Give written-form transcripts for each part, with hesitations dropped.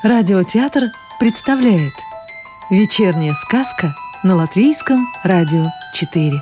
Радиотеатр представляет «Вечерняя сказка» на Латвийском радио 4.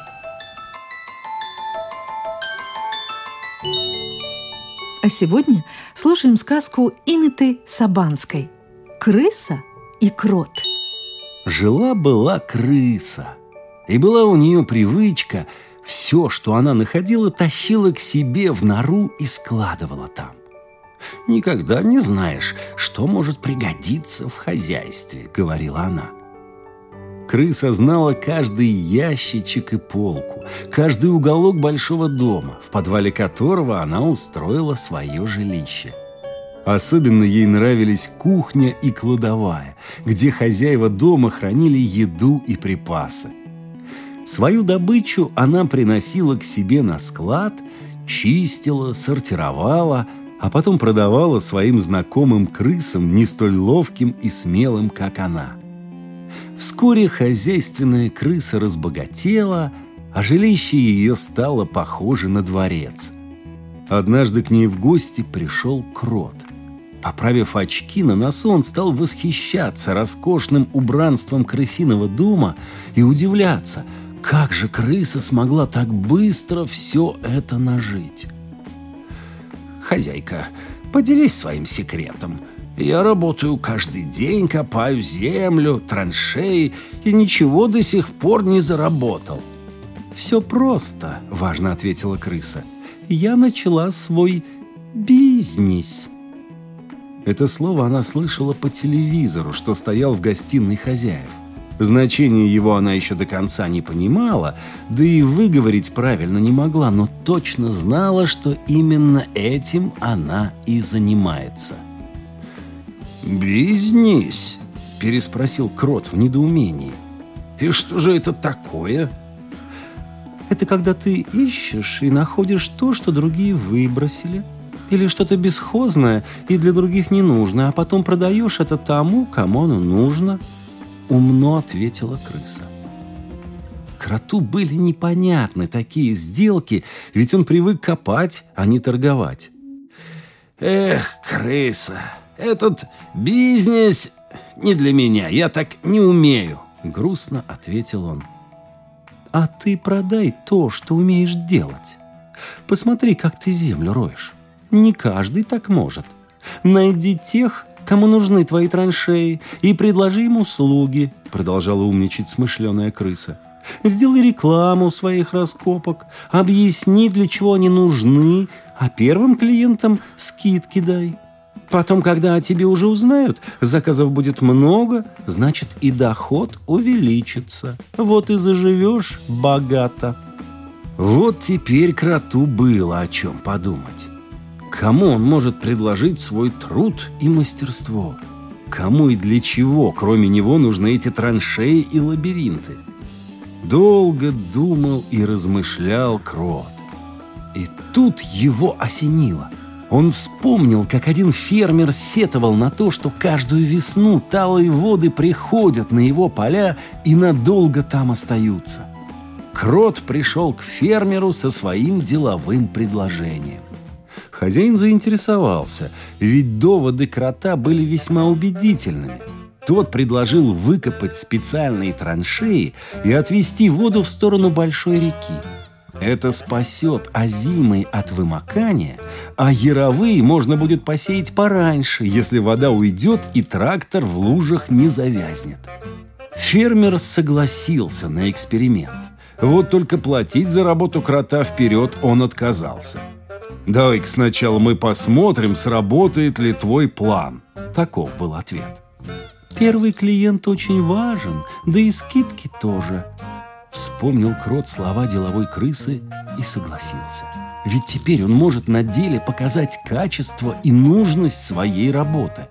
А сегодня слушаем сказку Инеты Сабанской «Крыса и крот». Жила-была крыса, и была у нее привычка все, что она находила, тащила к себе в нору и складывала там. «Никогда не знаешь, что может пригодиться в хозяйстве», — говорила она. Крыса знала каждый ящичек и полку, каждый уголок большого дома, в подвале которого она устроила свое жилище. Особенно ей нравились кухня и кладовая, где хозяева дома хранили еду и припасы. Свою добычу она приносила к себе на склад, чистила, сортировала, а потом продавала своим знакомым крысам, не столь ловким и смелым, как она. Вскоре хозяйственная крыса разбогатела, а жилище ее стало похоже на дворец. Однажды к ней в гости пришел крот. Поправив очки на носу, он стал восхищаться роскошным убранством крысиного дома и удивляться, как же крыса смогла так быстро все это нажить. «Хозяйка, поделись своим секретом. Я работаю каждый день, копаю землю, траншеи и ничего до сих пор не заработал». «Все просто», — важно ответила крыса. «Я начала свой бизнес». Это слово она слышала по телевизору, что стоял в гостиной хозяев. Значение его она еще до конца не понимала, да и выговорить правильно не могла, но точно знала, что именно этим она и занимается. «Бизнес?» – переспросил крот в недоумении. «И что же это такое?» «Это когда ты ищешь и находишь то, что другие выбросили, или что-то бесхозное и для других не нужно, а потом продаешь это тому, кому оно нужно», – умно ответила крыса. Кроту были непонятны такие сделки, ведь он привык копать, а не торговать. «Эх, крыса, этот бизнес не для меня, я так не умею», — грустно ответил он. «А ты продай то, что умеешь делать. Посмотри, как ты землю роешь. Не каждый так может. Найди тех, кому нужны твои траншеи, и предложи им услуги», — продолжала умничать смышленая крыса. «Сделай рекламу своих раскопок, объясни, для чего они нужны, а первым клиентам скидки дай. Потом, когда о тебе уже узнают, заказов будет много, значит, и доход увеличится. Вот и заживешь богато». Вот теперь кроту было о чем подумать. Кому он может предложить свой труд и мастерство? Кому и для чего, кроме него, нужны эти траншеи и лабиринты? Долго думал и размышлял крот. И тут его осенило. Он вспомнил, как один фермер сетовал на то, что каждую весну талые воды приходят на его поля и надолго там остаются. Крот пришел к фермеру со своим деловым предложением. Хозяин заинтересовался, ведь доводы крота были весьма убедительными. Тот предложил выкопать специальные траншеи и отвести воду в сторону большой реки. Это спасет озимые от вымокания, а яровые можно будет посеять пораньше, если вода уйдет и трактор в лужах не завязнет. Фермер согласился на эксперимент. Вот только платить за работу крота вперед он отказался. «Давай-ка сначала мы посмотрим, сработает ли твой план». Таков был ответ. «Первый клиент очень важен, да и скидки тоже». Вспомнил крот слова деловой крысы и согласился. Ведь теперь он может на деле показать качество и нужность своей работы.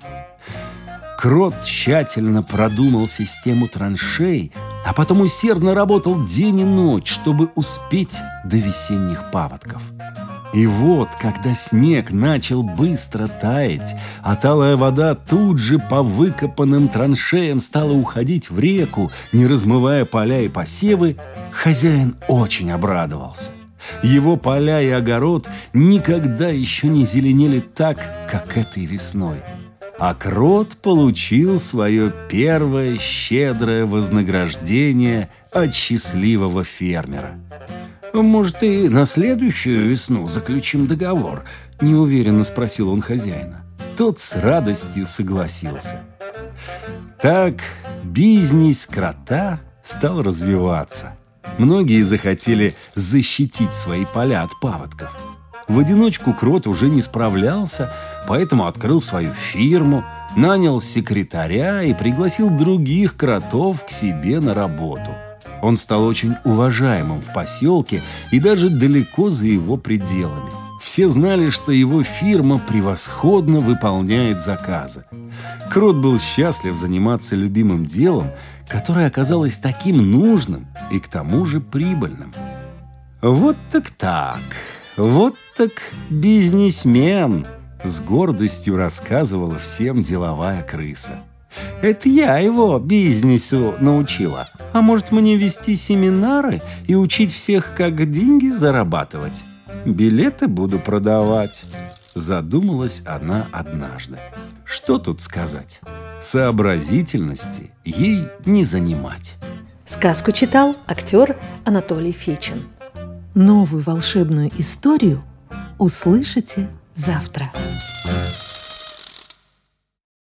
Крот тщательно продумал систему траншей, а потом усердно работал день и ночь, чтобы успеть до весенних паводков. И вот, когда снег начал быстро таять, а талая вода тут же по выкопанным траншеям стала уходить в реку, не размывая поля и посевы, хозяин очень обрадовался. Его поля и огород никогда еще не зеленели так, как этой весной. а крот получил свое первое щедрое вознаграждение от счастливого фермера. «Может, и на следующую весну заключим договор?» – неуверенно спросил он хозяина. Тот с радостью согласился. Так бизнес крота стал развиваться. Многие захотели защитить свои поля от паводков. В одиночку крот уже не справлялся, поэтому открыл свою фирму, нанял секретаря и пригласил других кротов к себе на работу. Он стал очень уважаемым в поселке и даже далеко за его пределами. Все знали, что его фирма превосходно выполняет заказы. Крот был счастлив заниматься любимым делом, которое оказалось таким нужным и к тому же прибыльным. Вот так, вот так бизнесмен, с гордостью рассказывала всем деловая крыса. Это я его бизнесу научила. А может, мне вести семинары и учить всех, как деньги зарабатывать? Билеты буду продавать. Задумалась она однажды. Что тут сказать? Сообразительности ей не занимать. Сказку читал актер Анатолий Фечин. Новую волшебную историю услышите завтра.